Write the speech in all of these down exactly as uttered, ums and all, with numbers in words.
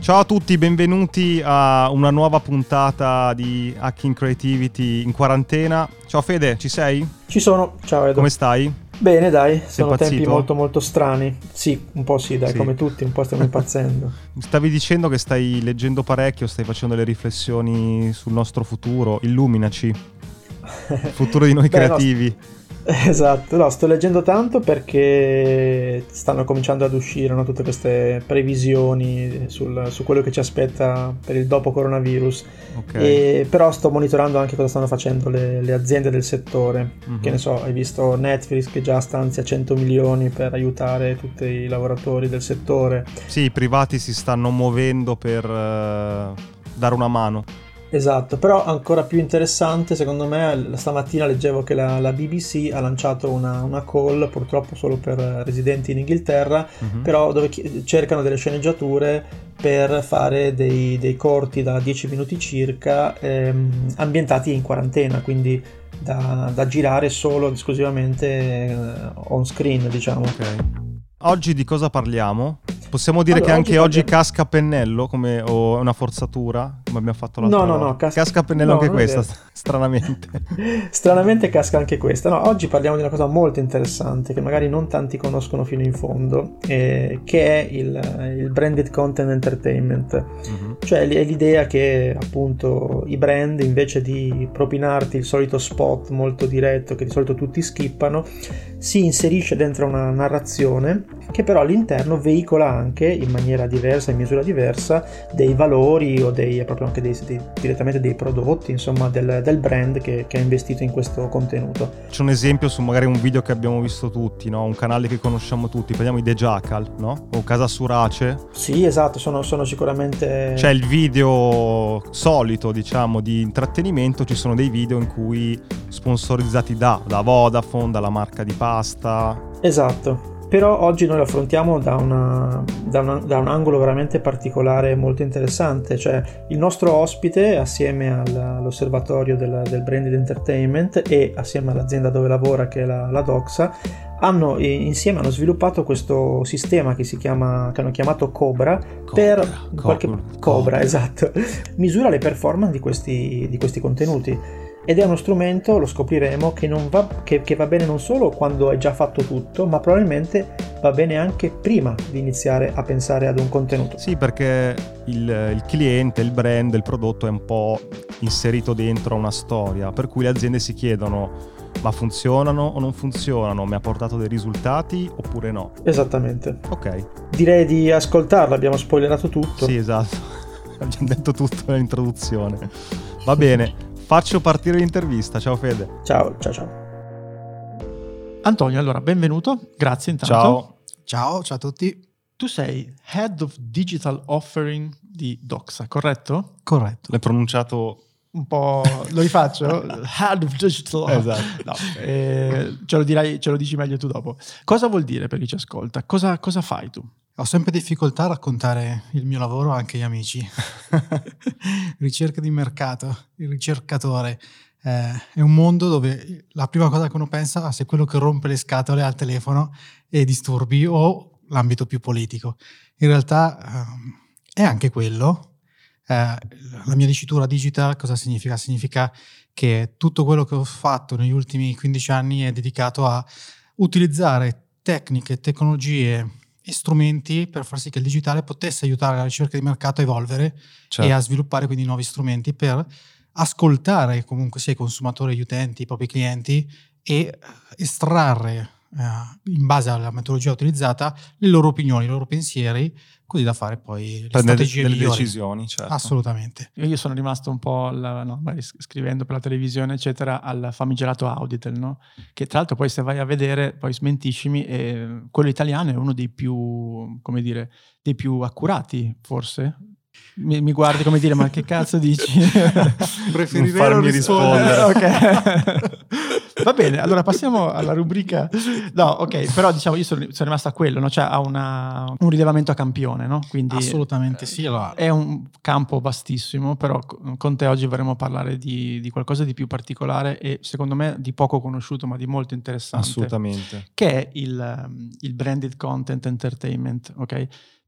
Ciao a tutti, benvenuti a una nuova puntata di Hacking Creativity in quarantena. Ciao Fede, ci sei? Ci sono, ciao Edo. Come stai? Bene, dai, Sei sono impazzito? tempi molto molto strani. Sì, un po' sì, dai, Sì. come tutti, un po' stiamo impazzendo. Stavi dicendo che stai leggendo parecchio, stai facendo delle riflessioni sul nostro futuro. Illuminaci, il futuro di noi Beh, creativi. No, esatto, no, sto leggendo tanto perché stanno cominciando ad uscire, no, tutte queste previsioni sul, su quello che ci aspetta per il dopo coronavirus. Ok. E, però sto monitorando anche cosa stanno facendo le, le aziende del settore. Mhm. Che ne so, hai visto Netflix che già stanzia cento milioni per aiutare tutti i lavoratori del settore. Sì, i privati si stanno muovendo per eh, dare una mano. Esatto, però ancora più interessante secondo me, stamattina leggevo che la, la B B C ha lanciato una, una call, purtroppo solo per residenti in Inghilterra, Mhm. però dove chi- cercano delle sceneggiature per fare dei, dei corti da dieci minuti circa, ehm, ambientati in quarantena, quindi da, da girare solo ed esclusivamente eh, on screen, diciamo. Ok. Oggi di cosa parliamo? Possiamo dire Allora, che anche oggi oggi parliamo- casca a pennello come, o è una forzatura, come abbiamo fatto l'altra No, no, volta? no, cas- casca a pennello no, anche non è questa, vero. stranamente. Stranamente casca anche questa. No, oggi parliamo di una cosa molto interessante che magari non tanti conoscono fino in fondo, eh, che è il, il branded content entertainment. Mhm. Cioè è l'idea che appunto i brand, invece di propinarti il solito spot molto diretto che di solito tutti skippano, si inserisce dentro una narrazione che però all'interno veicola anche in maniera diversa, in misura diversa, dei valori o dei, proprio anche dei, dei, direttamente dei prodotti, insomma del, del brand che, che ha investito in questo contenuto. C'è un esempio su magari un video che abbiamo visto tutti, no? Un canale che conosciamo tutti, parliamo di The Jackal, no? O Casa Surace. Sì, esatto, sono, sono sicuramente... C'è il video solito, diciamo, di intrattenimento, ci sono dei video in cui sponsorizzati da, da Vodafone, dalla marca di pasta. Esatto. Però oggi noi lo affrontiamo da, una, da, una, da un angolo veramente particolare e molto interessante, cioè il nostro ospite assieme al, all'osservatorio del, del branded entertainment e assieme all'azienda dove lavora che è la, la Doxa hanno insieme hanno sviluppato questo sistema che si chiama che hanno chiamato Cobra, Cobra, per Cobra, qualche Cobra, Cobra. esatto, misura le performance di questi, di questi contenuti. Ed è uno strumento, lo scopriremo, che, non va, che, che va bene non solo quando hai già fatto tutto, ma probabilmente va bene anche prima di iniziare a pensare ad un contenuto. Sì, perché il, il cliente, il brand, il prodotto è un po' inserito dentro a una storia, per cui le aziende si chiedono: ma funzionano o non funzionano? Mi ha portato dei risultati oppure no? Esattamente. Ok. Direi di ascoltarla, abbiamo spoilerato tutto. Sì, esatto. Abbiamo detto tutto nell'introduzione. Va bene. Faccio partire l'intervista, ciao Fede. Ciao, ciao, ciao. Antonio, allora, benvenuto, grazie intanto. Ciao. Ciao, ciao a tutti. Tu sei Head of Digital Offering di Doxa, corretto? Corretto. L'hai pronunciato... Un po'... lo rifaccio? Head of Digital... Esatto. No, eh, ce lo dirai, ce lo dici meglio tu dopo. Cosa vuol dire per chi ci ascolta? Cosa, cosa fai tu? Ho sempre difficoltà a raccontare il mio lavoro anche agli amici. Ricerca di mercato, il ricercatore. Eh, è un mondo dove la prima cosa che uno pensa è quello che rompe le scatole al telefono e disturbi, o l'ambito più politico. In realtà eh, è anche quello. Eh, la mia dicitura digital cosa significa? Significa che tutto quello che ho fatto negli ultimi quindici anni è dedicato a utilizzare tecniche, tecnologie e strumenti per far sì che il digitale potesse aiutare la ricerca di mercato a evolvere, Certo. e a sviluppare quindi nuovi strumenti per ascoltare comunque sia i consumatori, gli utenti, i propri clienti, e estrarre eh, in base alla metodologia utilizzata le loro opinioni, i loro pensieri, così da fare poi le Prendere strategie delle migliori. decisioni, certo. Assolutamente. Io sono rimasto un po', al, no, scrivendo per la televisione, eccetera, al famigerato Auditel, no? Che tra l'altro poi se vai a vedere, poi smentiscimi, eh, quello italiano è uno dei più, come dire, dei più accurati, forse? Mi, mi guardi come dire, ma che cazzo dici? Preferirei Non farmi rispondere. Ok. Va bene, allora passiamo alla rubrica. No, ok, però diciamo io sono, sono rimasto a quello, no? Cioè ha una, un rilevamento a campione, no? Quindi Assolutamente sì. Allora, è un campo vastissimo, però con te oggi vorremmo parlare di, di qualcosa di più particolare e secondo me di poco conosciuto, ma di molto interessante. Assolutamente. Che è il, il branded content entertainment, ok?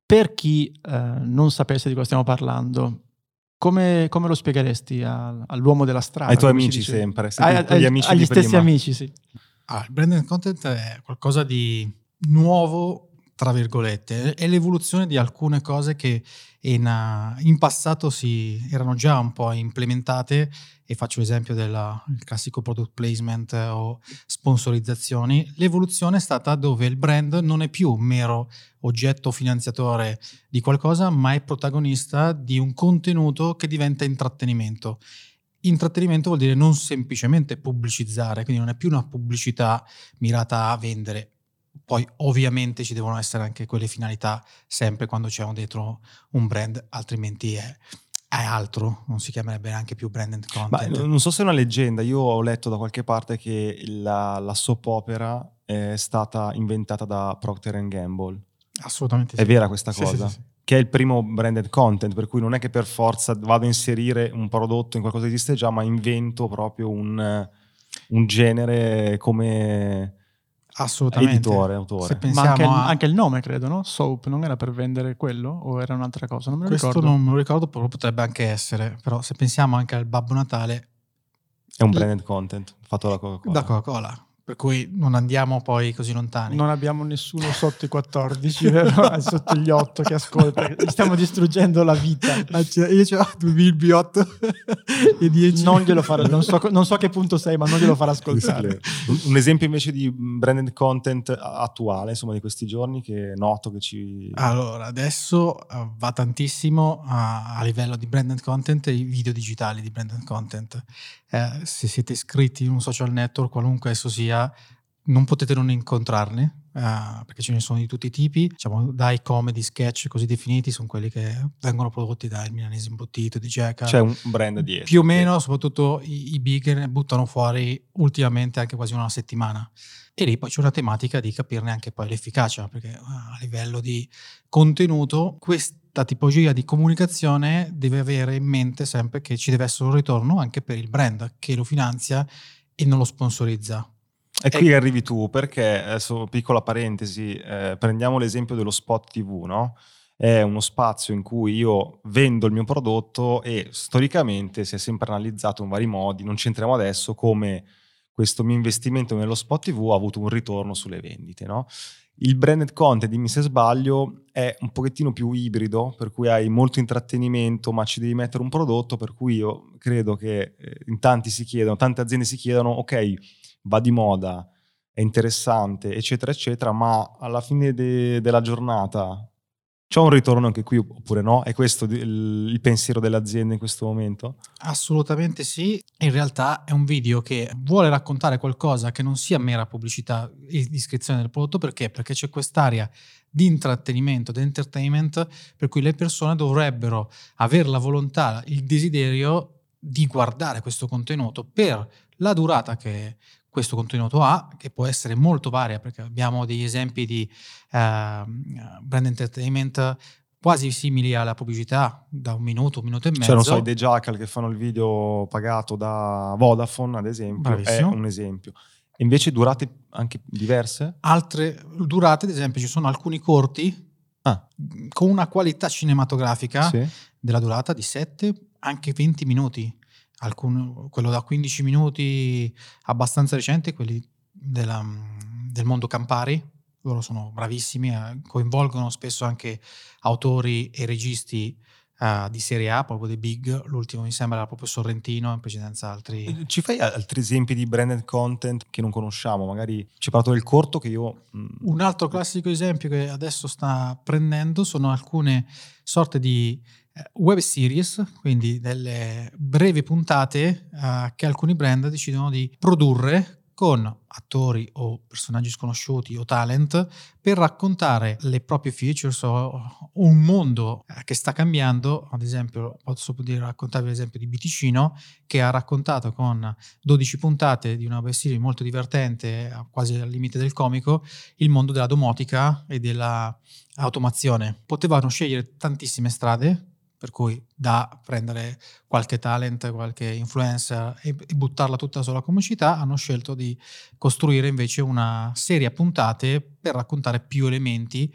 Per chi eh, non sapesse di cosa stiamo parlando, come, come lo spiegheresti a, all'uomo della strada? Ai tuoi come si amici dice? sempre, Ai- ai, agli, amici agli di stessi prima. amici, sì. Ah, il branded content è qualcosa di nuovo, tra virgolette, è l'evoluzione di alcune cose che in, uh, in passato si erano già un po' implementate, e faccio l'esempio del classico product placement o sponsorizzazioni. L'evoluzione è stata dove il brand non è più un mero oggetto finanziatore di qualcosa, ma è protagonista di un contenuto che diventa intrattenimento. Intrattenimento vuol dire non semplicemente pubblicizzare, quindi non è più una pubblicità mirata a vendere. Poi ovviamente ci devono essere anche quelle finalità sempre quando c'è un dietro un brand, altrimenti è, è altro, non si chiamerebbe neanche più branded content. Ma non so se è una leggenda, io ho letto da qualche parte che la, la soap opera è stata inventata da Procter and Gamble. Assolutamente sì. È vera questa Sì, cosa? sì, sì, sì. Che è il primo branded content, per cui non è che per forza vado a inserire un prodotto in qualcosa che esiste già, ma invento proprio un, un genere come Assolutamente. editore, autore. Se Ma pensiamo anche il, a... anche il nome, credo, no? Soap non era per vendere quello o era un'altra cosa? Non me lo Questo ricordo. non me lo ricordo, però potrebbe anche essere, però se pensiamo anche al Babbo Natale, È un branded content fatto da Coca-Cola. da Coca-Cola, per cui non andiamo poi così lontani. Non abbiamo nessuno sotto i quattordici, vero? Sotto gli otto che ascolta. Gli stiamo distruggendo la vita. Io ho due bimbi, otto e dieci. Non glielo farò, non so, non so a che punto sei, ma non glielo farò ascoltare. Un, un esempio invece di branded content attuale, insomma, di questi giorni, che noto che ci... Allora, adesso uh, va tantissimo a, a livello di branded content i video digitali di branded content. Eh, se siete iscritti in un social network, qualunque esso sia, non potete non incontrarne, uh, perché ce ne sono di tutti i tipi. Diciamo, dai comedy, sketch così definiti, sono quelli che vengono prodotti dal Milanese Imbottito, di Geca. C'è un brand dietro. Più o meno, che... soprattutto i, i big ne buttano fuori ultimamente anche quasi una settimana. E lì poi c'è una tematica di capirne anche poi l'efficacia, perché a livello di contenuto questa tipologia di comunicazione deve avere in mente sempre che ci deve essere un ritorno anche per il brand che lo finanzia e non lo sponsorizza. E qui e... arrivi tu, perché, adesso piccola parentesi, eh, prendiamo l'esempio dello spot tivù, no? È uno spazio in cui io vendo il mio prodotto e storicamente si è sempre analizzato in vari modi, non c'entriamo adesso, come questo mio investimento nello spot tivù ha avuto un ritorno sulle vendite, no? Il branded content, dimmi se sbaglio, è un pochettino più ibrido, per cui hai molto intrattenimento, ma ci devi mettere un prodotto, per cui io credo che in tanti si chiedono, tante aziende si chiedono, ok, va di moda, è interessante, eccetera, eccetera, ma alla fine de- della giornata c'è un ritorno anche qui oppure no? È questo il, il pensiero dell'azienda in questo momento? Assolutamente sì. In realtà è un video che vuole raccontare qualcosa che non sia mera pubblicità e descrizione del prodotto. Perché? Perché c'è quest'area di intrattenimento, di entertainment, per cui le persone dovrebbero avere la volontà, il desiderio di guardare questo contenuto per la durata che questo contenuto ha, che può essere molto varia, perché abbiamo degli esempi di uh, brand entertainment quasi simili alla pubblicità, da un minuto, un minuto e mezzo. Cioè, non so, i The Jackal che fanno il video pagato da Vodafone, ad esempio, Bravissimo. È un esempio. E invece durate anche diverse? Altre durate, ad esempio, ci sono alcuni corti ah. con una qualità cinematografica sì. della durata di sette, anche venti minuti. Alcun, quello da quindici minuti abbastanza recente, quelli della, del mondo Campari, loro sono bravissimi, eh, coinvolgono spesso anche autori e registi uh, di serie A, proprio dei big. L'ultimo mi sembra era proprio Sorrentino, in precedenza altri. Ci fai altri esempi di branded content che non conosciamo? Magari ci hai parlato del corto che io... Un altro classico esempio che adesso sta prendendo sono alcune sorte di web series, quindi delle brevi puntate uh, che alcuni brand decidono di produrre con attori o personaggi sconosciuti o talent per raccontare le proprie features o un mondo uh, che sta cambiando. Ad esempio, posso dire, raccontarvi l'esempio di Biticino, che ha raccontato con dodici puntate di una web series molto divertente, quasi al limite del comico, il mondo della domotica e della automazione. Potevano scegliere tantissime strade, per cui da prendere qualche talent, qualche influencer e, e buttarla tutta sulla comicità, hanno scelto di costruire invece una serie a puntate per raccontare più elementi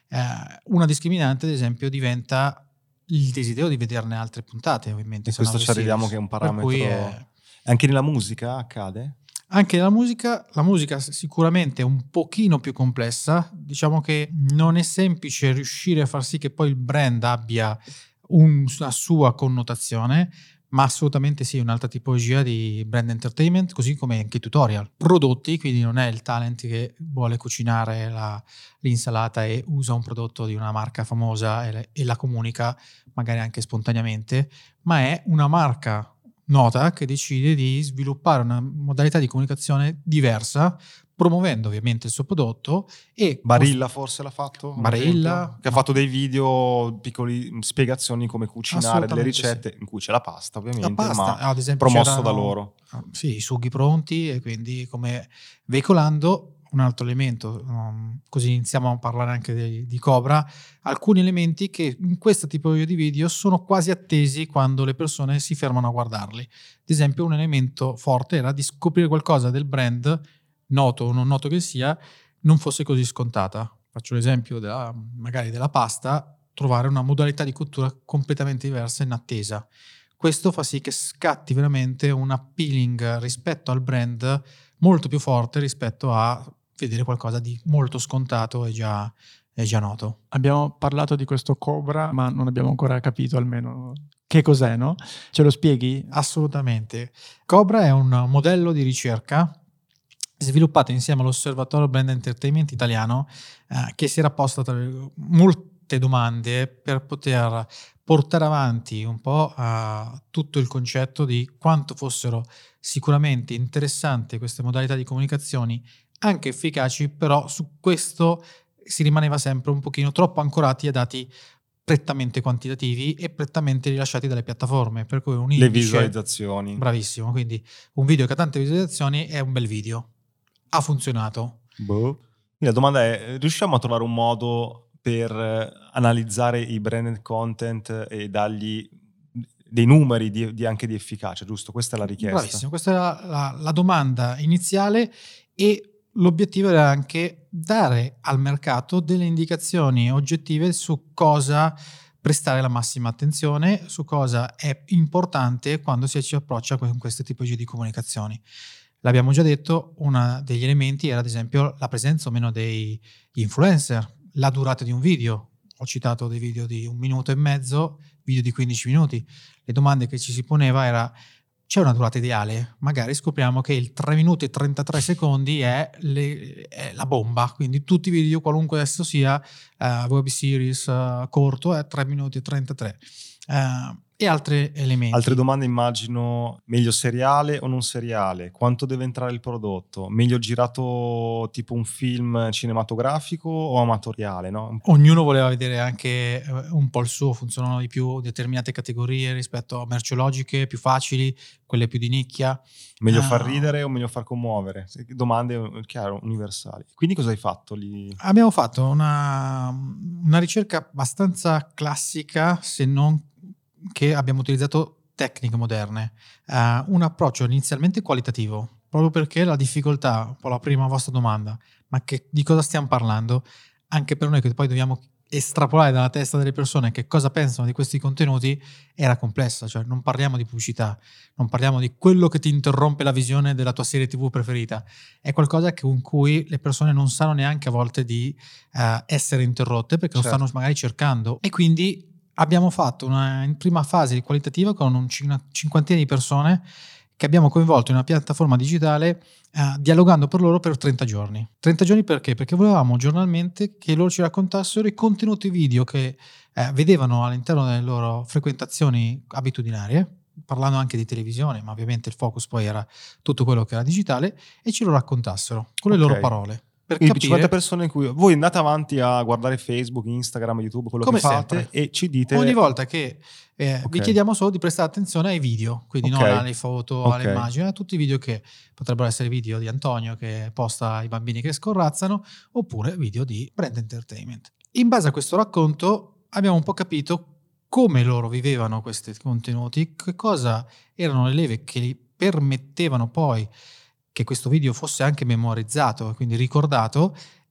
Eh, una discriminante, ad esempio, diventa il desiderio di vederne altre puntate, ovviamente. E questo ci arriviamo che è un parametro. È... Anche nella musica accade? Anche nella musica, la musica sicuramente è un pochino più complessa. Diciamo che non è semplice riuscire a far sì che poi il brand abbia un, una sua connotazione, ma assolutamente sì, un'altra tipologia di brand entertainment, così come anche tutorial. Prodotti, quindi non è il talent che vuole cucinare la, l'insalata e usa un prodotto di una marca famosa e, e la comunica magari anche spontaneamente, ma è una marca nota che decide di sviluppare una modalità di comunicazione diversa, promuovendo ovviamente il suo prodotto. E Barilla forse l'ha fatto? Barilla che ha fatto dei video, piccoli spiegazioni come cucinare delle ricette, sì. In cui c'è la pasta ovviamente, la pasta, ma ad esempio, promosso da loro. Sì, i sughi pronti, e quindi come veicolando un altro elemento, um, così iniziamo a parlare anche di, di Cobra, alcuni elementi che in questa tipologia di video sono quasi attesi quando le persone si fermano a guardarli. Ad esempio, un elemento forte era di scoprire qualcosa del brand, noto o non noto che sia, non fosse così scontata. Faccio l'esempio della, magari della pasta, trovare una modalità di cottura completamente diversa in attesa. Questo fa sì che scatti veramente un appealing rispetto al brand molto più forte rispetto a vedere qualcosa di molto scontato e già, è già noto. Abbiamo parlato di questo Cobra, ma non abbiamo ancora capito almeno che cos'è, no? Ce lo spieghi? Assolutamente. Cobra è un modello di ricerca sviluppato insieme all'Osservatorio Brand Entertainment italiano, eh, che si era posto tra molte domande per poter portare avanti un po' uh, tutto il concetto di quanto fossero sicuramente interessanti queste modalità di comunicazioni, anche efficaci, però su questo si rimaneva sempre un pochino troppo ancorati a dati prettamente quantitativi e prettamente rilasciati dalle piattaforme, per cui un indice, le visualizzazioni. Bravissimo, quindi un video che ha tante visualizzazioni è un bel video. Ha funzionato. Boh. La domanda è: riusciamo a trovare un modo per analizzare i branded content e dargli dei numeri di, di anche di efficacia, giusto? Questa è la richiesta. Bravissimo, questa è la, la, la domanda iniziale, e l'obiettivo era anche dare al mercato delle indicazioni oggettive su cosa prestare la massima attenzione, su cosa è importante quando si ci approccia con queste tipologie di comunicazioni. L'abbiamo già detto, uno degli elementi era ad esempio la presenza o meno dei influencer, la durata di un video. Ho citato dei video di un minuto e mezzo, video di quindici minuti. Le domande che ci si poneva era: c'è una durata ideale? Magari scopriamo che il tre minuti e trentatré secondi è, le, è la bomba, quindi tutti i video, qualunque esso sia, uh, web series uh, corto, è tre minuti e trentatré. Uh, e altri elementi. Altre domande immagino: meglio seriale o non seriale? Quanto deve entrare il prodotto? Meglio girato tipo un film cinematografico o amatoriale, no? Ognuno voleva vedere anche un po' il suo, funzionano di più determinate categorie rispetto a merceologiche più facili, quelle più di nicchia. Meglio uh, far ridere o meglio far commuovere? Domande, chiaro, universali. Quindi cosa hai fatto lì? Abbiamo fatto una, una ricerca abbastanza classica, se non che abbiamo utilizzato tecniche moderne, uh, un approccio inizialmente qualitativo, proprio perché la difficoltà, un po' la prima vostra domanda, ma che, di cosa stiamo parlando, anche per noi che poi dobbiamo estrapolare dalla testa delle persone che cosa pensano di questi contenuti, era complessa. Cioè non parliamo di pubblicità, non parliamo di quello che ti interrompe la visione della tua serie tivù preferita, è qualcosa con cui le persone non sanno neanche a volte di uh, essere interrotte, perché certo. Lo stanno magari cercando, e quindi abbiamo fatto una in prima fase qualitativa con un cinquantina di persone che abbiamo coinvolto in una piattaforma digitale, eh, dialogando per loro per trenta giorni. trenta giorni perché? Perché volevamo giornalmente che loro ci raccontassero i contenuti video che eh, vedevano all'interno delle loro frequentazioni abitudinarie, parlando anche di televisione, ma ovviamente il focus poi era tutto quello che era digitale, e ce lo raccontassero con le okay. loro parole. Per Quindi capire, cinquanta persone in cui voi andate avanti a guardare Facebook, Instagram, YouTube, quello come che fate, sempre. E ci dite ogni volta che eh, okay. vi chiediamo solo di prestare attenzione ai video, quindi okay. non alle foto, okay. alle immagini, a tutti i video che potrebbero essere video di Antonio che posta i bambini che scorrazzano, oppure video di brand entertainment. In base a questo racconto abbiamo un po' capito come loro vivevano questi contenuti, che cosa erano le leve che li permettevano poi che questo video fosse anche memorizzato, quindi ricordato,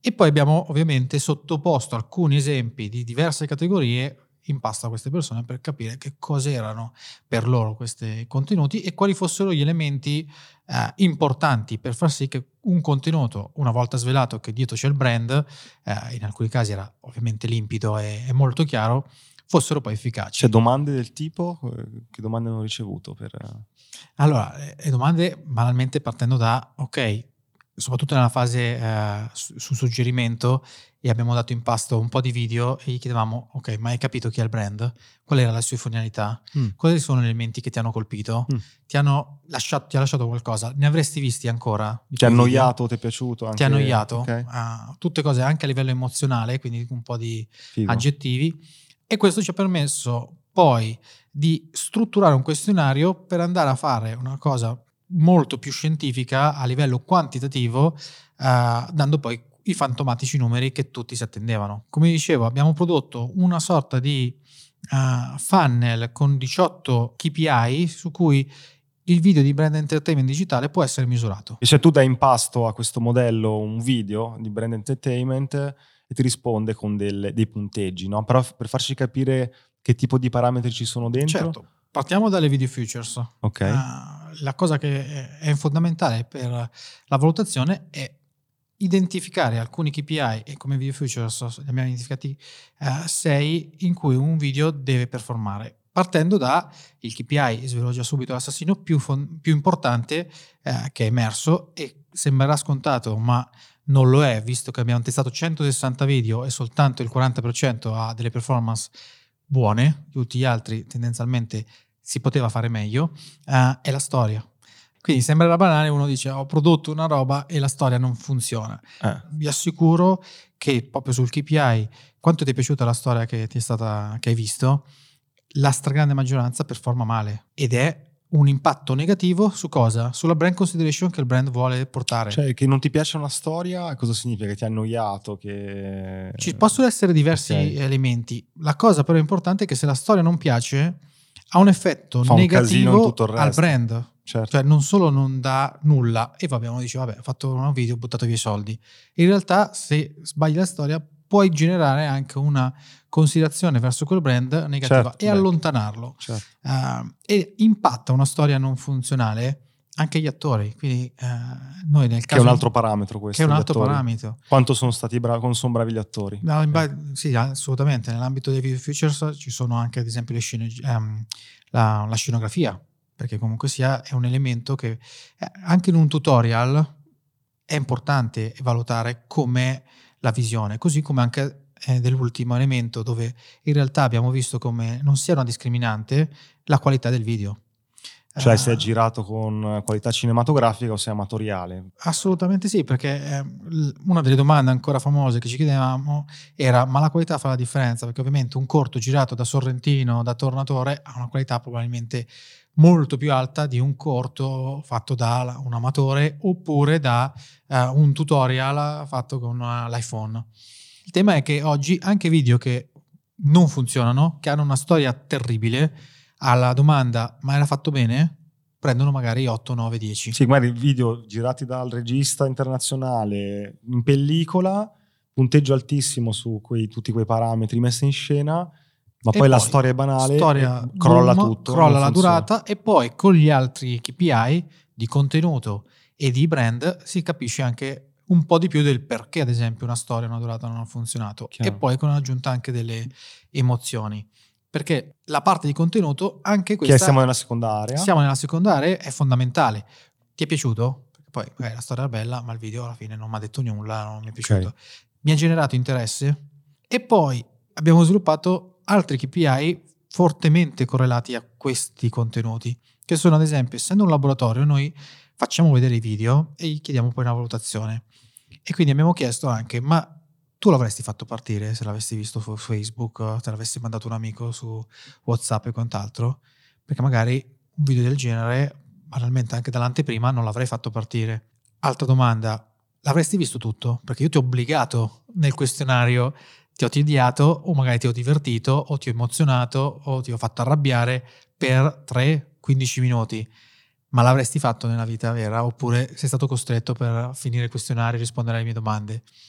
E poi abbiamo ovviamente sottoposto alcuni esempi di diverse categorie in pasto a queste persone per capire che cosa erano per loro questi contenuti e quali fossero gli elementi eh, importanti per far sì che un contenuto, una volta svelato che dietro c'è il brand, eh, in alcuni casi era ovviamente limpido e, e molto chiaro, fossero poi efficaci. C'è domande del tipo? Che domande hanno ricevuto? Per... Allora, le domande banalmente partendo da, ok, soprattutto nella fase eh, su, su suggerimento, e abbiamo dato in pasto un po' di video e gli chiedevamo, ok, ma hai capito chi è il brand? Qual era la sua finalità? Mm. Quali sono gli elementi che ti hanno colpito? Mm. Ti hanno lasciato, ti ha lasciato qualcosa? Ne avresti visti ancora? Ti ha annoiato? Ti è piaciuto? Anche... Ti ha annoiato? Okay. Uh, tutte cose anche a livello emozionale, quindi un po' di Figo. aggettivi. E questo ci ha permesso poi di strutturare un questionario per andare a fare una cosa molto più scientifica a livello quantitativo, eh, dando poi i fantomatici numeri che tutti si attendevano. Come dicevo, abbiamo prodotto una sorta di uh, funnel con diciotto K P I su cui il video di brand entertainment digitale può essere misurato. E se tu dai in pasto a questo modello un video di brand entertainment e ti risponde con del, dei punteggi, no? Però per farci capire che tipo di parametri ci sono dentro. Certo. Partiamo dalle video futures. Okay. Uh, la cosa che è fondamentale per la valutazione è identificare alcuni K P I, e come video futures ne abbiamo identificati uh, sei in cui un video deve performare. Partendo da il K P I, svelo già subito l'assassino, più, fon- più importante uh, che è emerso, e sembrerà scontato, ma non lo è, visto che abbiamo testato centosessanta video e soltanto il quaranta per cento ha delle performance buone, tutti gli altri tendenzialmente si poteva fare meglio, uh, è la storia. Quindi sembrerà banale, uno dice ho prodotto una roba e la storia non funziona. Eh. Vi assicuro che proprio sul K P I, quanto ti è piaciuta la storia che ti è stata, che hai visto, la stragrande maggioranza performa male, ed è un impatto negativo su cosa? Sulla brand consideration che il brand vuole portare. Cioè, che non ti piace una storia, cosa significa? Che ti ha annoiato? Che... Ci possono essere diversi okay. elementi. La cosa però importante è che se la storia non piace, ha un effetto Fa negativo un tutto il resto. Al brand. Certo. Cioè non solo non dà nulla, e vabbè, uno dice vabbè, ho fatto un video, ho buttato via i soldi. In realtà se sbagli la storia puoi generare anche una considerazione verso quel brand negativa, certo, e beh. allontanarlo. Certo. Uh, e impatta una storia non funzionale anche gli attori. Quindi uh, noi nel caso, che è un altro parametro questo. Che è un altro attori. parametro. Quanto sono stati bravi, quanto sono bravi gli attori? No, eh. Sì, assolutamente. Nell'ambito dei video features ci sono anche ad esempio le scene, um, la, la scenografia, perché comunque sia è un elemento che eh, anche in un tutorial è importante valutare com'è la visione, così come anche eh, dell'ultimo elemento, dove in realtà abbiamo visto come non sia una discriminante la qualità del video. Cioè uh, se è girato con qualità cinematografica o se è amatoriale? Assolutamente sì, perché eh, una delle domande ancora famose che ci chiedevamo era ma la qualità fa la differenza? Perché ovviamente un corto girato da Sorrentino, da Tornatore, ha una qualità probabilmente molto più alta di un corto fatto da un amatore oppure da uh, un tutorial fatto con uh, l'iPhone. Il tema è che oggi anche video che non funzionano, che hanno una storia terribile, alla domanda ma era fatto bene, prendono magari otto, nove, dieci. Sì, magari video girati dal regista internazionale in pellicola, punteggio altissimo su quei, tutti quei parametri messi in scena, ma poi, poi la storia è banale, storia crolla boom, tutto. Crolla la durata, e poi con gli altri K P I di contenuto e di brand si capisce anche un po' di più del perché ad esempio una storia, una durata non ha funzionato. Chiaro. E poi con l'aggiunta anche delle emozioni. Perché la parte di contenuto, anche questa... Che siamo nella seconda area. Siamo nella seconda area, è fondamentale. Ti è piaciuto? Perché poi okay, la storia è bella, ma il video alla fine non mi ha detto nulla, non mi è piaciuto. Okay. Mi ha generato interesse. E poi abbiamo sviluppato altri K P I fortemente correlati a questi contenuti, che sono ad esempio, essendo un laboratorio, noi facciamo vedere i video e gli chiediamo poi una valutazione. E quindi abbiamo chiesto anche, ma tu l'avresti fatto partire se l'avessi visto su Facebook, te l'avessi mandato un amico su WhatsApp e quant'altro? Perché magari un video del genere, banalmente anche dall'anteprima, non l'avrei fatto partire. Altra domanda, l'avresti visto tutto? Perché io ti ho obbligato nel questionario, ti ho tediato o magari ti ho divertito o ti ho emozionato o ti ho fatto arrabbiare per tre quindici minuti. Ma l'avresti fatto nella vita vera oppure sei stato costretto per finire il questionario e rispondere alle mie domande?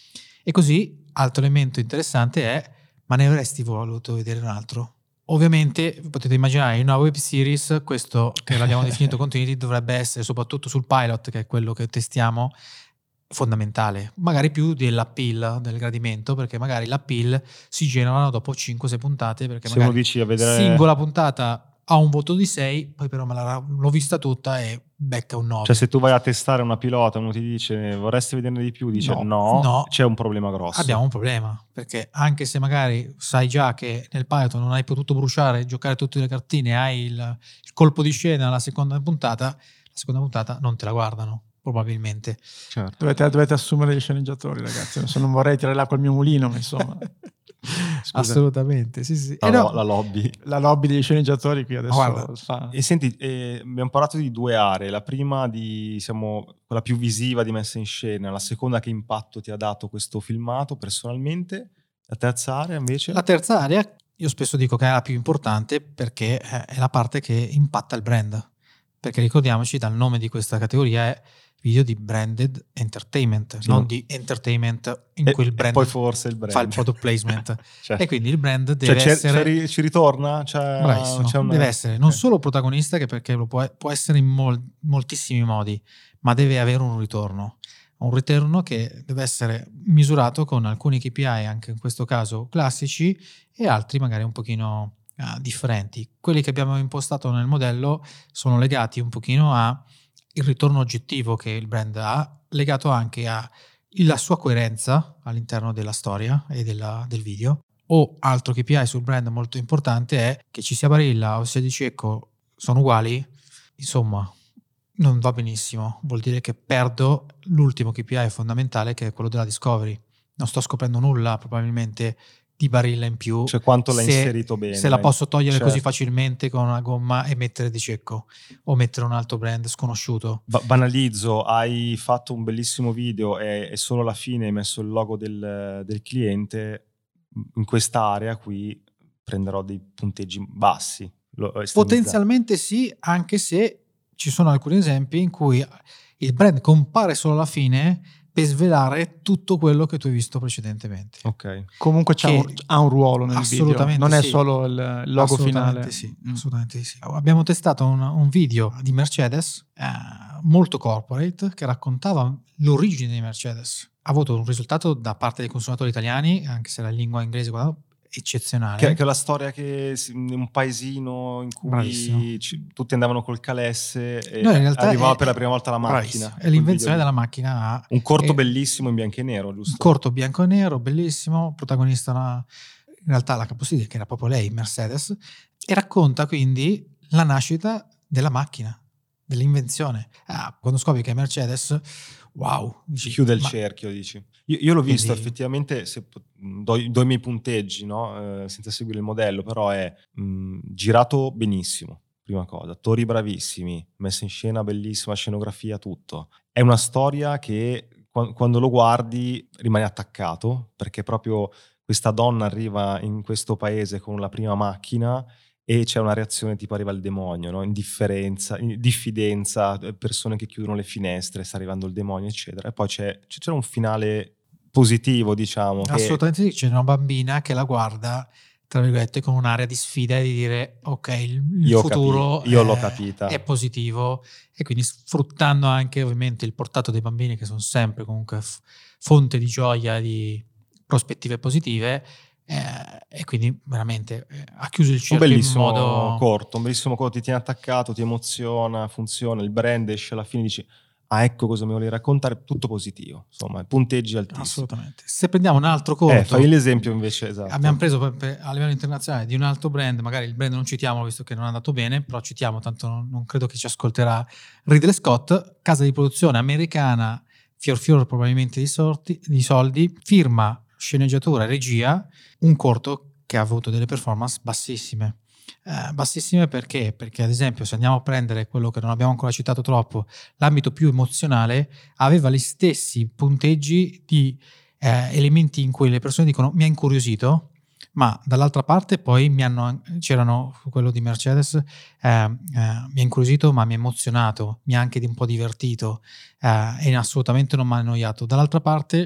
E così, altro elemento interessante è, ma ne avresti voluto vedere un altro? Ovviamente potete immaginare in una web series questo che l'abbiamo definito continuity dovrebbe essere, soprattutto sul pilot, che è quello che testiamo, fondamentale, magari più dell'appeal, del gradimento, perché magari l'appeal si generano dopo cinque sei puntate, perché Se magari uno dici a vedere... singola puntata ha un voto di sei, poi però me la, l'ho vista tutta e becca un nove. Cioè se tu vai a testare una pilota, uno ti dice vorresti vederne di più, dice No, no, no, c'è un problema grosso. Abbiamo un problema, perché anche se magari sai già che nel pilot non hai potuto bruciare, giocare tutte le cartine, hai il, il colpo di scena alla seconda puntata, la seconda puntata non te la guardano, probabilmente. Certo. Dovete, dovete assumere gli sceneggiatori, ragazzi. Adesso non vorrei tirare l'acqua al mio mulino, ma insomma... Scusa. Assolutamente, sì, sì. La, eh no, la lobby. La lobby degli sceneggiatori qui adesso Guarda, fa... E senti, eh, abbiamo parlato di due aree, la prima di, diciamo, quella più visiva di messa in scena, la seconda che impatto ti ha dato questo filmato personalmente, la terza area invece? La terza area, io spesso dico che è la più importante perché è la parte che impatta il brand, perché ricordiamoci dal nome di questa categoria è video di branded entertainment, sì, non no? di entertainment in e, cui il brand e poi forse il brand fa il product placement. cioè, E quindi il brand deve cioè, essere c'è, ci ritorna? C'è, bravissimo, c'è una... deve essere non okay. solo protagonista, che perché lo può, può essere in mol, moltissimi modi, ma deve avere un ritorno. Un ritorno che deve essere misurato con alcuni K P I, anche in questo caso classici, e altri magari un pochino uh, differenti. Quelli che abbiamo impostato nel modello sono legati un pochino a il ritorno oggettivo che il brand ha, legato anche alla sua coerenza all'interno della storia e della, del video. O altro K P I sul brand molto importante è che ci sia Barilla o sia di Cecco sono uguali, insomma non va benissimo, vuol dire che perdo l'ultimo K P I fondamentale, che è quello della discovery. Non sto scoprendo nulla probabilmente di Barilla in più, cioè quanto l'hai se, inserito bene, se la posso togliere certo. così facilmente con una gomma e mettere di Cecco o mettere un altro brand sconosciuto. Ba- banalizzo, hai fatto un bellissimo video e, e solo alla fine hai messo il logo del, del cliente, in quest'area qui prenderò dei punteggi bassi. Potenzialmente sì, anche se ci sono alcuni esempi in cui il brand compare solo alla fine per svelare tutto quello che tu hai visto precedentemente. Ok. Comunque c'ha un, ha un ruolo nel video, non è sì. solo il logo assolutamente finale. Sì, mm. Assolutamente sì. Abbiamo testato un, un video di Mercedes eh, molto corporate, che raccontava l'origine di Mercedes. Ha avuto un risultato da parte dei consumatori italiani, anche se la lingua inglese eccezionale. Che, che è la storia che un paesino in cui ci, tutti andavano col calesse e no, arrivava è, per la prima volta la macchina. È l'invenzione della macchina. A, un corto è, bellissimo in bianco e nero, giusto? Un corto bianco e nero, bellissimo, protagonista una, in realtà la capostipite, che era proprio lei, Mercedes, e racconta quindi la nascita della macchina, dell'invenzione. Ah, quando scopri che è Mercedes, wow. Dici, chiude il ma... cerchio, dici. Io, io l'ho quindi... visto effettivamente, se do, do i miei punteggi, no? eh, senza seguire il modello, però è mh, girato benissimo, prima cosa, attori bravissimi, messa in scena bellissima, scenografia, tutto. È una storia che qu- quando lo guardi rimani attaccato, perché proprio questa donna arriva in questo paese con la prima macchina e c'è una reazione tipo arriva il demonio, no? Indifferenza, diffidenza, persone che chiudono le finestre, sta arrivando il demonio, eccetera. E poi c'è, c'è un finale positivo, diciamo. Assolutamente che... sì, c'è una bambina che la guarda, tra virgolette, con un'area di sfida e di dire ok, il, il io futuro capi- io è, l'ho capita. È positivo, e quindi sfruttando anche ovviamente il portato dei bambini, che sono sempre comunque f- fonte di gioia, di prospettive positive. Eh, e quindi veramente eh, ha chiuso il cerchio un bellissimo in modo corto, un bellissimo corto, ti tiene attaccato, ti emoziona, funziona, il brand esce alla fine, dici ah ecco cosa mi volevi raccontare, tutto positivo, insomma punteggi altissimi. Assolutamente. Se prendiamo un altro corto, eh, fai l'esempio invece, esatto. Abbiamo preso per, per, a livello internazionale di un altro brand, magari il brand non citiamo visto che non è andato bene, però citiamo, tanto non, non credo che ci ascolterà Ridley Scott, casa di produzione americana, fior fior probabilmente di, sorti, di soldi, firma, sceneggiatura, regia, un corto che ha avuto delle performance bassissime. Eh, bassissime perché? Perché ad esempio se andiamo a prendere quello che non abbiamo ancora citato troppo, l'ambito più emozionale, aveva gli stessi punteggi di eh, elementi in cui le persone dicono mi ha incuriosito, ma dall'altra parte poi mi hanno, c'erano quello di Mercedes, eh, eh, mi ha incuriosito ma mi ha emozionato, mi ha anche un po' divertito eh, e assolutamente non mi ha annoiato. Dall'altra parte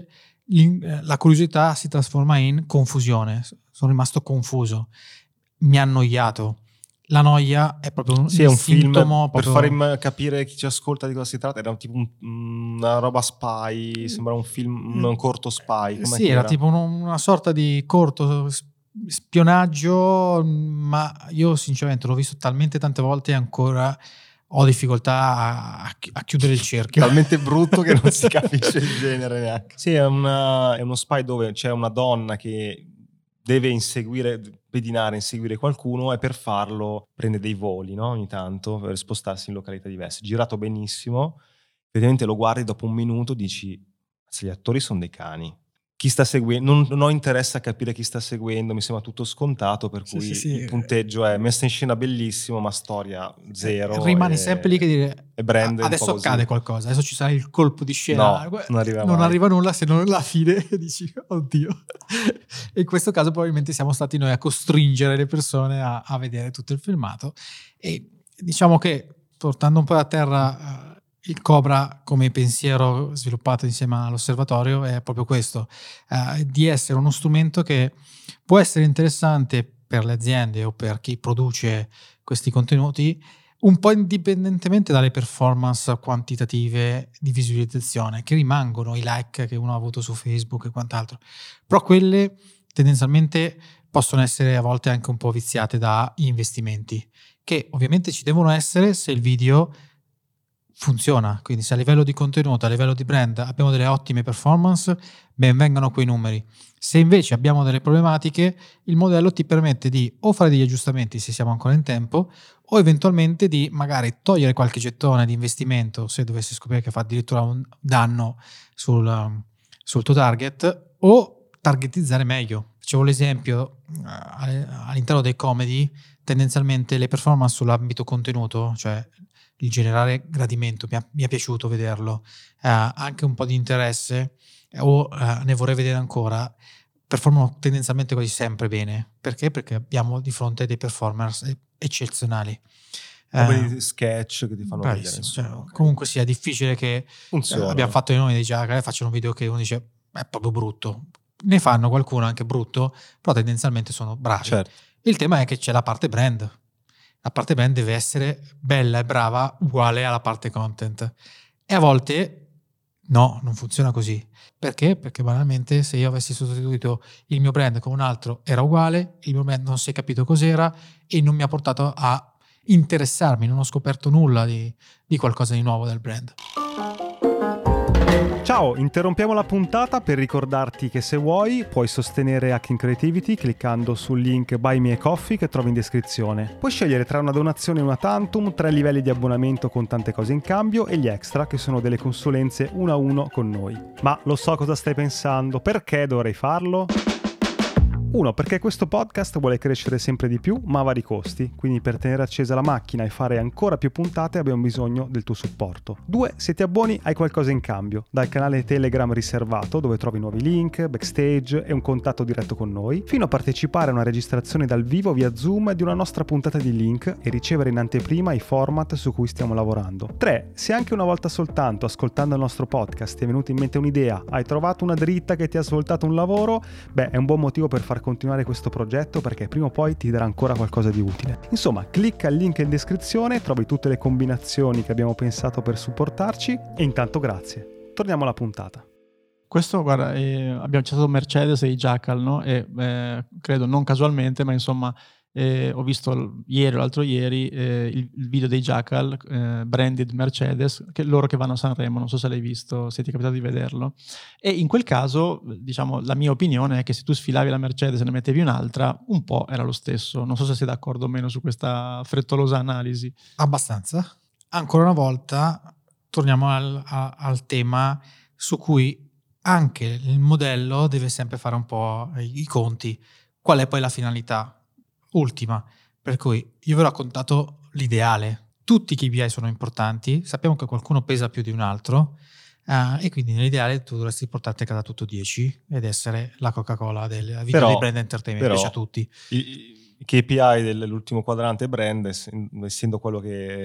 la curiosità si trasforma in confusione. Sono rimasto confuso, mi ha annoiato. La noia è proprio un, sì, è un sintomo film per proprio... far capire chi ci ascolta di cosa si tratta. Era tipo un, una roba spy, sembra un film, un corto spy. Com'è sì, era, era tipo un, una sorta di corto spionaggio, ma io sinceramente l'ho visto talmente tante volte e ancora ho difficoltà a, a chiudere il cerchio. Talmente brutto che non si capisce il genere neanche. Sì, è, una, è uno spy dove c'è una donna che deve inseguire, pedinare, inseguire qualcuno, e per farlo prende dei voli, no? Ogni tanto, per spostarsi in località diverse. Girato benissimo, effettivamente lo guardi, dopo un minuto dici, se gli attori sono dei cani. Chi sta seguendo, non, non ho interesse a capire chi sta seguendo, mi sembra tutto scontato, per sì, cui sì, sì. il punteggio è messa in scena bellissimo, ma storia zero. Rimani e, sempre lì che dire, e brand adesso accade qualcosa, adesso ci sarà il colpo di scena. No, non arriva, non mai. arriva nulla, se non alla fine dici, oddio. E in questo caso probabilmente siamo stati noi a costringere le persone a, a vedere tutto il filmato. E diciamo che, portando un po' a terra... il Cobra come pensiero sviluppato insieme all'osservatorio è proprio questo, eh, di essere uno strumento che può essere interessante per le aziende o per chi produce questi contenuti, un po' indipendentemente dalle performance quantitative di visualizzazione, che rimangono i like che uno ha avuto su Facebook e quant'altro, però quelle tendenzialmente possono essere a volte anche un po' viziate da investimenti, che ovviamente ci devono essere se il video funziona. Quindi se a livello di contenuto, a livello di brand abbiamo delle ottime performance, ben vengano quei numeri. Se invece abbiamo delle problematiche, il modello ti permette di o fare degli aggiustamenti se siamo ancora in tempo, o eventualmente di magari togliere qualche gettone di investimento se dovessi scoprire che fa addirittura un danno sul, sul tuo target, o targetizzare meglio. Facevo l'esempio, all'interno dei comedy tendenzialmente le performance sull'ambito contenuto, cioè il generare gradimento, mi, ha, mi è piaciuto vederlo, eh, anche un po' di interesse, eh, o eh, ne vorrei vedere ancora, performano tendenzialmente quasi sempre bene. Perché? Perché abbiamo di fronte dei performers eccezionali. Eh, sketch che ti fanno beh, vedere. Cioè, okay. Comunque sia difficile che eh, abbiamo fatto noi dei Jackal, facciano un video che uno dice è proprio brutto. Ne fanno qualcuno anche brutto, però tendenzialmente sono bravi. Certo. Il tema è che c'è la parte brand. La parte brand deve essere bella e brava uguale alla parte content, e a volte no, non funziona così. Perché? Perché banalmente se io avessi sostituito il mio brand con un altro era uguale, il mio brand non si è capito cos'era e non mi ha portato a interessarmi, non ho scoperto nulla di, di qualcosa di nuovo del brand. Ciao, interrompiamo la puntata per ricordarti che se vuoi puoi sostenere Hacking Creativity cliccando sul link Buy Me a Coffee che trovi in descrizione. Puoi scegliere tra una donazione e una tantum, tre livelli di abbonamento con tante cose in cambio e gli extra che sono delle consulenze uno a uno con noi. Ma lo so cosa stai pensando, perché dovrei farlo? Uno, perché questo podcast vuole crescere sempre di più, ma a vari costi, quindi per tenere accesa la macchina e fare ancora più puntate abbiamo bisogno del tuo supporto. Due, se ti abboni hai qualcosa in cambio, dal canale Telegram riservato dove trovi nuovi link, backstage e un contatto diretto con noi, fino a partecipare a una registrazione dal vivo via Zoom di una nostra puntata di Link e ricevere in anteprima i format su cui stiamo lavorando. Tre, se anche una volta soltanto ascoltando il nostro podcast ti è venuta in mente un'idea, hai trovato una dritta che ti ha svoltato un lavoro, beh è un buon motivo per far continuare questo progetto perché prima o poi ti darà ancora qualcosa di utile. Insomma, clicca il link in descrizione, trovi tutte le combinazioni che abbiamo pensato per supportarci e intanto grazie. Torniamo alla puntata. Questo, guarda, eh, abbiamo citato Mercedes e i Jackal, no? E eh, credo non casualmente, ma insomma eh, ho visto ieri o l'altro ieri eh, il, il video dei Jackal, eh, branded Mercedes, che loro che vanno a Sanremo, non so se l'hai visto, se ti è capitato di vederlo. E in quel caso, diciamo, la mia opinione è che se tu sfilavi la Mercedes e ne mettevi un'altra, un po' era lo stesso. Non so se sei d'accordo o meno su questa frettolosa analisi. Abbastanza. Ancora una volta torniamo al, a, al tema su cui anche il modello deve sempre fare un po' i, i conti. Qual è poi la finalità ultima? Per cui io vi ho raccontato l'ideale. Tutti i K P I sono importanti, sappiamo che qualcuno pesa più di un altro uh, e quindi nell'ideale tu dovresti portarti a casa tutto dieci ed essere la Coca-Cola del video però, dei brand entertainment, però, piace a tutti. I, i K P I dell'ultimo quadrante brand, essendo quello che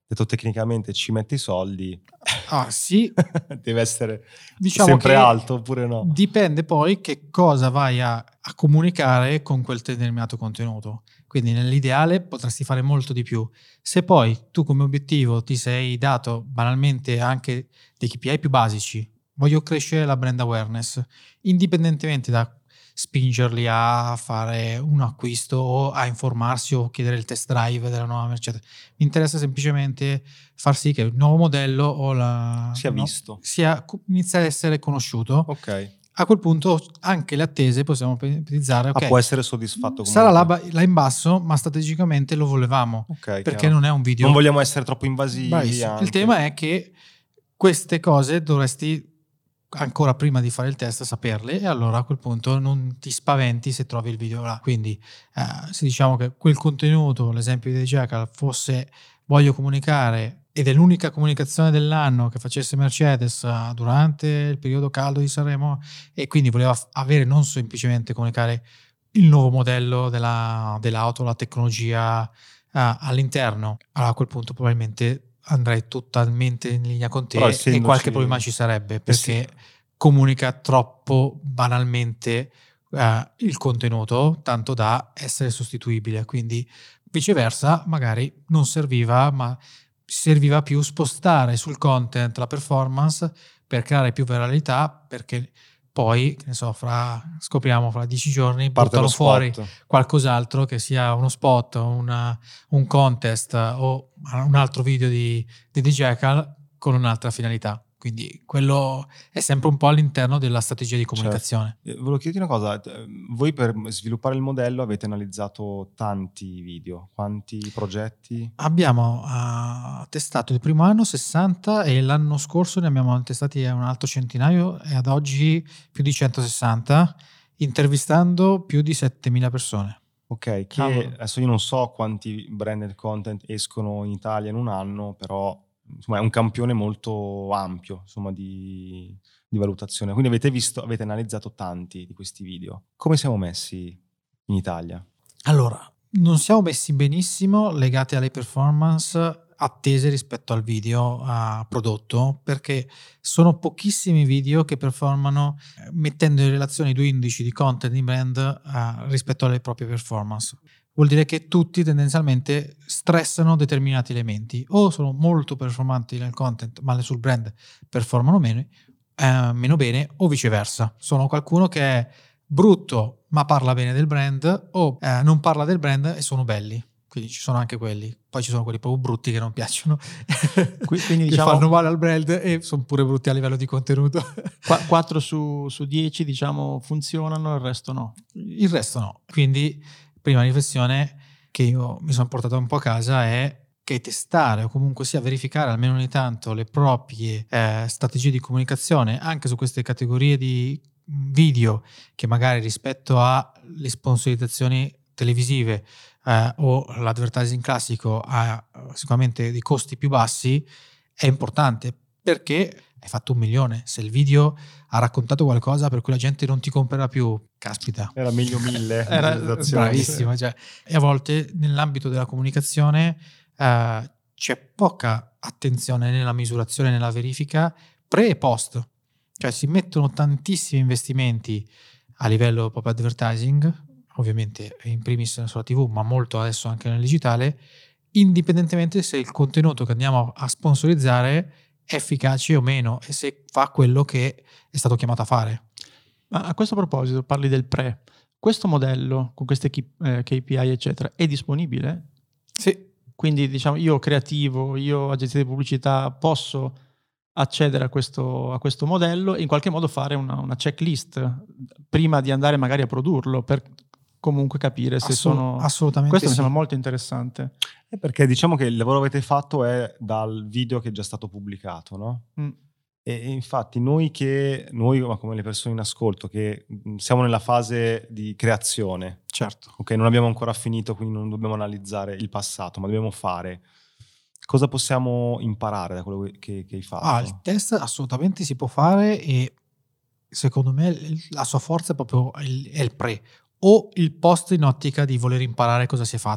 detto tecnicamente ci metti i soldi, Ah, sì. deve essere Diciamo sempre che alto oppure no? Dipende poi che cosa vai a, a comunicare con quel determinato contenuto. Quindi nell'ideale potresti fare molto di più. Se poi tu come obiettivo ti sei dato banalmente anche dei K P I più basici, voglio crescere la brand awareness, indipendentemente da spingerli a fare un acquisto o a informarsi o chiedere il test drive della nuova Mercedes. Mi interessa semplicemente far sì che il nuovo modello o la, Sia no, visto. sia, inizia ad essere conosciuto. Ok. A quel punto anche le attese possiamo ipotizzare, ok, Ah, può essere soddisfatto sarà là, comunque. là in basso, ma strategicamente lo volevamo, Ok, perché chiaro. non è un video. Non vogliamo essere troppo invasivi. Bravissimo. Anche. Il tema è che queste cose dovresti ancora prima di fare il test saperle, e allora a quel punto non ti spaventi se trovi il video là. Quindi eh, se diciamo che quel contenuto, l'esempio di Jackal, fosse voglio comunicare ed è l'unica comunicazione dell'anno che facesse Mercedes durante il periodo caldo di Sanremo, e quindi voleva avere non semplicemente comunicare il nuovo modello della, dell'auto, la tecnologia uh, all'interno, allora a quel punto probabilmente andrei totalmente in linea con te, essendoci... e qualche problema ci sarebbe perché sì. comunica troppo banalmente uh, il contenuto, tanto da essere sostituibile. Quindi viceversa magari non serviva, ma serviva più spostare sul content la performance per creare più viralità, perché poi, che ne so, fra, scopriamo fra dieci giorni Parte buttano fuori spot. qualcos'altro, che sia uno spot, una, un contest o un altro video di, di The Jackal con un'altra finalità. Quindi quello è sempre un po' all'interno della strategia di comunicazione. Certo. Volevo chiederti una cosa, voi per sviluppare il modello avete analizzato tanti video, quanti progetti? Abbiamo uh, testato il primo anno sessanta e l'anno scorso ne abbiamo testati un altro centinaio, e ad oggi più di centosessanta, intervistando più di settemila persone. Ok, che Cavolo. Adesso io non so quanti branded content escono in Italia in un anno, però insomma è un campione molto ampio, insomma, di, di valutazione. Quindi avete visto, avete analizzato tanti di questi video. Come siamo messi in Italia? Allora, non siamo messi benissimo legati alle performance attese rispetto al video uh, prodotto, perché sono pochissimi video che performano eh, mettendo in relazione i due indici di content di brand uh, rispetto alle proprie performance. Vuol dire che tutti tendenzialmente stressano determinati elementi, o sono molto performanti nel content ma sul brand performano meno, eh, meno bene, o viceversa. Sono qualcuno che è brutto ma parla bene del brand, o eh, non parla del brand e sono belli. Quindi ci sono anche quelli. Poi ci sono quelli proprio brutti che non piacciono, quindi diciamo, che fanno male al brand e sono pure brutti a livello di contenuto. quattro su dieci diciamo funzionano, il resto no. Il resto no. Quindi prima riflessione che io mi sono portato un po' a casa è che testare o comunque sia verificare almeno ogni tanto le proprie eh, strategie di comunicazione anche su queste categorie di video, che magari rispetto alle sponsorizzazioni televisive eh, o l'advertising classico ha sicuramente dei costi più bassi, è importante, perché hai fatto un milione. Se il video ha raccontato qualcosa per cui la gente non ti comprerà più, caspita, era meglio mille. Era bravissima, cioè. E a volte nell'ambito della comunicazione eh, c'è poca attenzione nella misurazione, nella verifica pre e post, cioè si mettono tantissimi investimenti a livello proprio advertising, ovviamente in primis sulla tivù, ma molto adesso anche nel digitale, indipendentemente se il contenuto che andiamo a sponsorizzare è efficace o meno e se fa quello che è stato chiamato a fare. Ma a questo proposito parli del pre. Questo modello con queste K P I eccetera è disponibile? Sì. Quindi diciamo io creativo, io agenzia di pubblicità posso accedere a questo, a questo modello e in qualche modo fare una, una checklist prima di andare magari a produrlo, per comunque capire se Assolut- sono... Assolutamente Questo sì. mi sembra molto interessante. È perché diciamo che il lavoro che avete fatto è dal video che è già stato pubblicato, no? Mm. E, e infatti noi che, noi ma come le persone in ascolto, che mh, siamo nella fase di creazione, certo, ok, non abbiamo ancora finito, quindi non dobbiamo analizzare il passato, ma dobbiamo fare... Cosa possiamo imparare da quello che, che hai fatto? Ah, il test assolutamente si può fare e secondo me la sua forza è proprio il, è il pre o il post in ottica di voler imparare cosa si è fatto.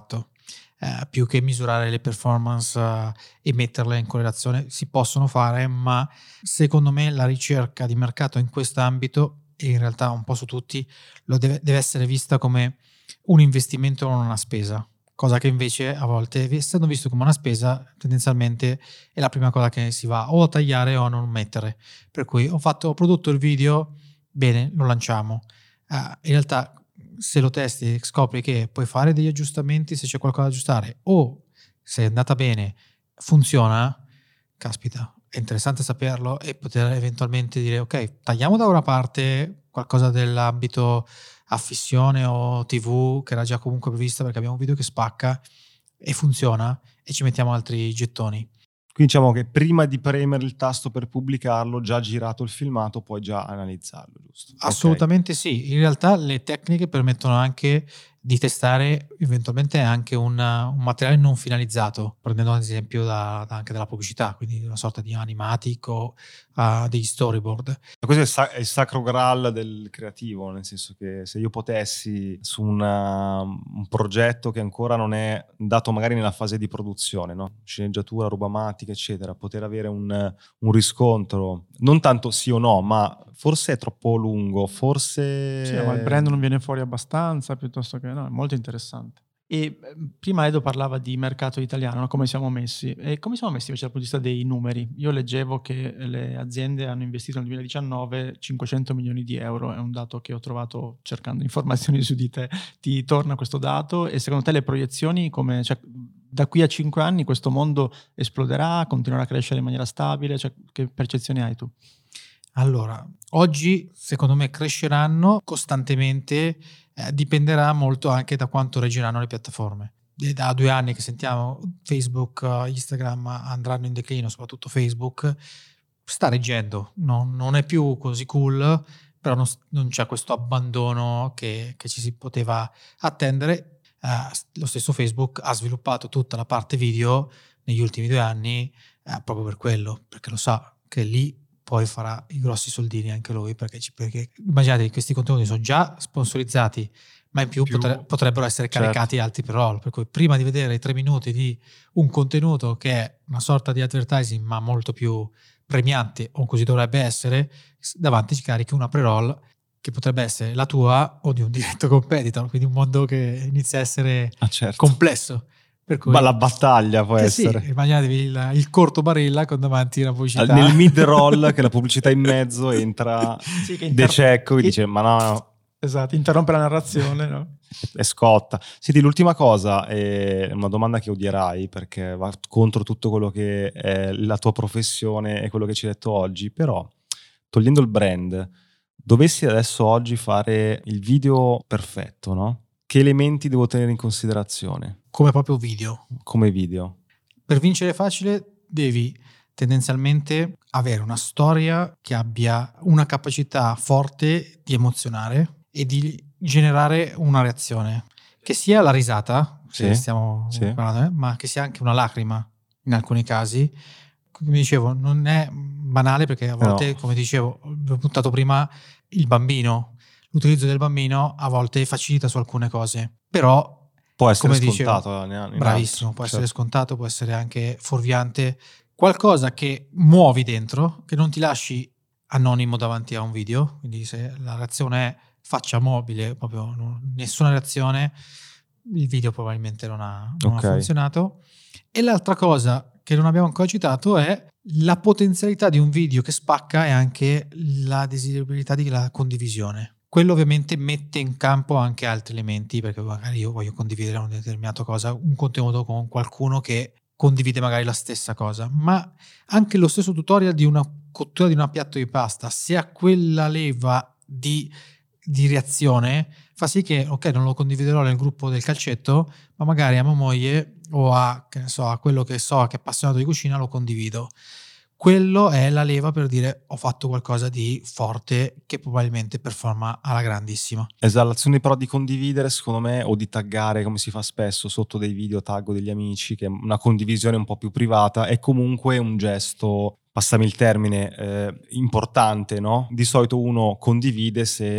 eh, più che misurare le performance uh, e metterle in correlazione. Si possono fare, ma secondo me la ricerca di mercato in quest'ambito, e in realtà un po' su tutti, lo deve, deve essere vista come un investimento, non una spesa. Cosa che invece a volte, essendo visto come una spesa, tendenzialmente è la prima cosa che si va o a tagliare o a non mettere. Per cui ho fatto, ho prodotto il video, bene, lo lanciamo. Uh, in realtà se lo testi scopri che puoi fare degli aggiustamenti se c'è qualcosa da aggiustare, o se è andata bene, funziona, caspita, è interessante saperlo e poter eventualmente dire ok, tagliamo da una parte qualcosa dell'ambito affissione o tivù che era già comunque prevista perché abbiamo un video che spacca e funziona, e ci mettiamo altri gettoni. Quindi diciamo che prima di premere il tasto per pubblicarlo, già girato il filmato, puoi già analizzarlo, giusto? Assolutamente okay. Sì, in realtà le tecniche permettono anche di testare eventualmente anche una, un materiale non finalizzato, prendendo ad esempio da, da anche dalla pubblicità, quindi una sorta di animatic o uh, degli storyboard. Questo è il, sac- è il sacro graal del creativo, nel senso che se io potessi su una, un progetto che ancora non è dato magari nella fase di produzione, no? Sceneggiatura, robomatica, eccetera, poter avere un, un riscontro, non tanto sì o no, ma forse è troppo lungo, forse... Sì, ma il brand non viene fuori abbastanza, piuttosto che... No, è molto interessante. E prima Edo parlava di mercato italiano, no? Come siamo messi. E come siamo messi invece dal punto di vista dei numeri? Io leggevo che le aziende hanno investito nel duemiladiciannove cinquecento milioni di euro, è un dato che ho trovato cercando informazioni su di te. Ti torna questo dato? E secondo te le proiezioni, come, cioè, da qui a cinque anni questo mondo esploderà, continuerà a crescere in maniera stabile? Cioè, che percezione hai tu? Allora, oggi secondo me cresceranno costantemente, eh, dipenderà molto anche da quanto reggeranno le piattaforme. E da due anni che sentiamo Facebook, Instagram andranno in declino, soprattutto Facebook, sta reggendo, no, non è più così cool, però non, non c'è questo abbandono che, che ci si poteva attendere. Eh, lo stesso Facebook ha sviluppato tutta la parte video negli ultimi due anni eh, proprio per quello, perché lo sa che lì poi farà i grossi soldini anche lui, perché, ci, perché immaginate che questi contenuti sono già sponsorizzati, ma in più, più potre, potrebbero essere caricati certo. altri per roll, per cui prima di vedere i tre minuti di un contenuto che è una sorta di advertising ma molto più premiante, o così dovrebbe essere, davanti ci carichi una pre-roll che potrebbe essere la tua o di un diretto competitor, quindi un mondo che inizia a essere ah, certo. complesso. Per cui, ma la battaglia può essere. Sì, immaginatevi il, il corto Barilla con davanti la pubblicità. Nel mid-roll, che la pubblicità in mezzo entra sì, che inter- De Cecco e che... dice ma no, no. Esatto, interrompe la narrazione, no? E scotta. Senti, l'ultima cosa è una domanda che odierai perché va contro tutto quello che è la tua professione e quello che ci hai detto oggi, però togliendo il brand, dovessi adesso oggi fare il video perfetto, no? Che elementi devo tenere in considerazione? Come proprio video. Come video. Per vincere facile devi tendenzialmente avere una storia che abbia una capacità forte di emozionare e di generare una reazione. Che sia la risata, se sì, stiamo sì. parlando, ma che sia anche una lacrima in alcuni casi. Come dicevo, non è banale perché a volte, no. come dicevo, ho puntato prima il bambino. L'utilizzo del bambino a volte facilita su alcune cose, però può essere come scontato. Dicevo, in bravissimo, altro, può certo. essere scontato, può essere anche fuorviante. Qualcosa che muovi dentro, che non ti lasci anonimo davanti a un video, quindi se la reazione è faccia mobile, proprio non, nessuna reazione, il video probabilmente non ha, non okay. ha funzionato. E l'altra cosa che non abbiamo ancora citato è la potenzialità di un video che spacca e anche la desiderabilità della condivisione. Quello ovviamente mette in campo anche altri elementi, perché magari io voglio condividere una determinata cosa, un contenuto con qualcuno che condivide magari la stessa cosa, ma anche lo stesso tutorial di una cottura di una piatto di pasta, se ha quella leva di, di reazione, fa sì che, ok, non lo condividerò nel gruppo del calcetto, ma magari a mia moglie o a, che ne so, a quello che so che è appassionato di cucina lo condivido. Quello è la leva per dire ho fatto qualcosa di forte che probabilmente performa alla grandissima. Esatto, l'azione però di condividere secondo me o di taggare come si fa spesso sotto dei video, taggo degli amici, che è una condivisione un po' più privata, è comunque un gesto, passami il termine, eh, importante, no? Di solito uno condivide se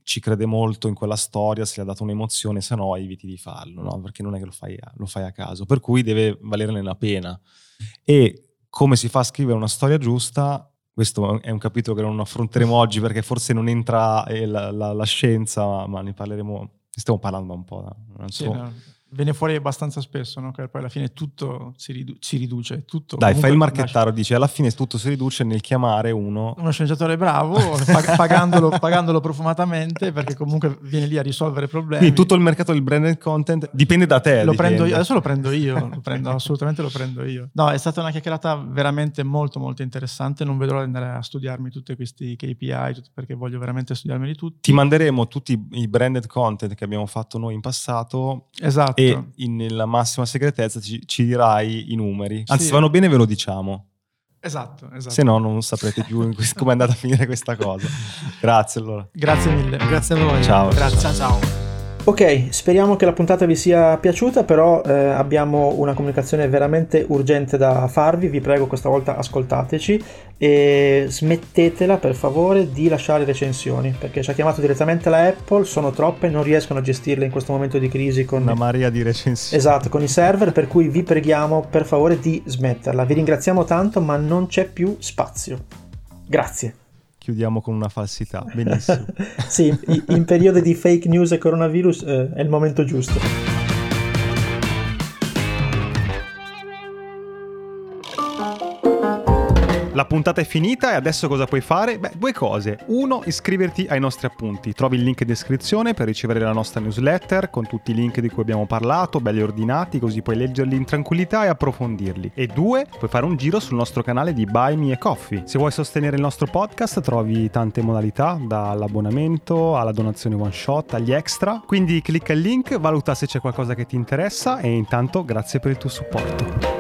ci crede molto in quella storia, se gli ha dato un'emozione, se no eviti di farlo, no? Perché non è che lo fai, a, lo fai a caso, per cui deve valerne la pena. E come si fa a scrivere una storia giusta, questo è un capitolo che non affronteremo oggi perché forse non entra la, la, la scienza, ma ne parleremo, stiamo parlando un po'. Non so. Sì, no. Viene fuori abbastanza spesso, no? Che poi alla fine tutto si, ridu- si riduce. Tutto, Dai, fai il marchettaro, dice alla fine tutto si riduce nel chiamare uno uno sceneggiatore bravo, pag- pagandolo, pagandolo profumatamente, perché comunque viene lì a risolvere problemi. Quindi tutto il mercato del branded content dipende da te. Lo dipende. prendo io, adesso lo prendo io, lo prendo, assolutamente lo prendo io. No, è stata una chiacchierata veramente molto molto interessante, non vedo l'ora di andare a studiarmi tutti questi K P I, tutti, perché voglio veramente studiarmeli tutti. Ti manderemo tutti i branded content che abbiamo fatto noi in passato. Esatto. E in, nella massima segretezza ci, ci dirai i numeri. Anzi, sì. se vanno bene ve lo diciamo. Esatto, esatto. Se no non saprete più come è andata a finire questa cosa. Grazie allora. Grazie mille. Grazie a voi. Ciao. Grazie, ciao. ciao. Ok, speriamo che la puntata vi sia piaciuta, però eh, abbiamo una comunicazione veramente urgente da farvi, vi prego questa volta ascoltateci e smettetela per favore di lasciare recensioni, perché ci ha chiamato direttamente la Apple, sono troppe, non riescono a gestirle in questo momento di crisi con una marea di recensioni. Esatto, con i server, per cui vi preghiamo per favore di smetterla, vi ringraziamo tanto ma non c'è più spazio. Grazie. Chiudiamo con una falsità, benissimo. Sì, in periodo di fake news e coronavirus eh, è il momento giusto. La puntata è finita e adesso cosa puoi fare? Beh, due cose. Uno, iscriverti ai nostri appunti. Trovi il link in descrizione per ricevere la nostra newsletter con tutti i link di cui abbiamo parlato, belli ordinati, così puoi leggerli in tranquillità e approfondirli. E due, puoi fare un giro sul nostro canale di Buy Me a Coffee. Se vuoi sostenere il nostro podcast trovi tante modalità, dall'abbonamento alla donazione one shot, agli extra. Quindi clicca il link, valuta se c'è qualcosa che ti interessa e intanto grazie per il tuo supporto.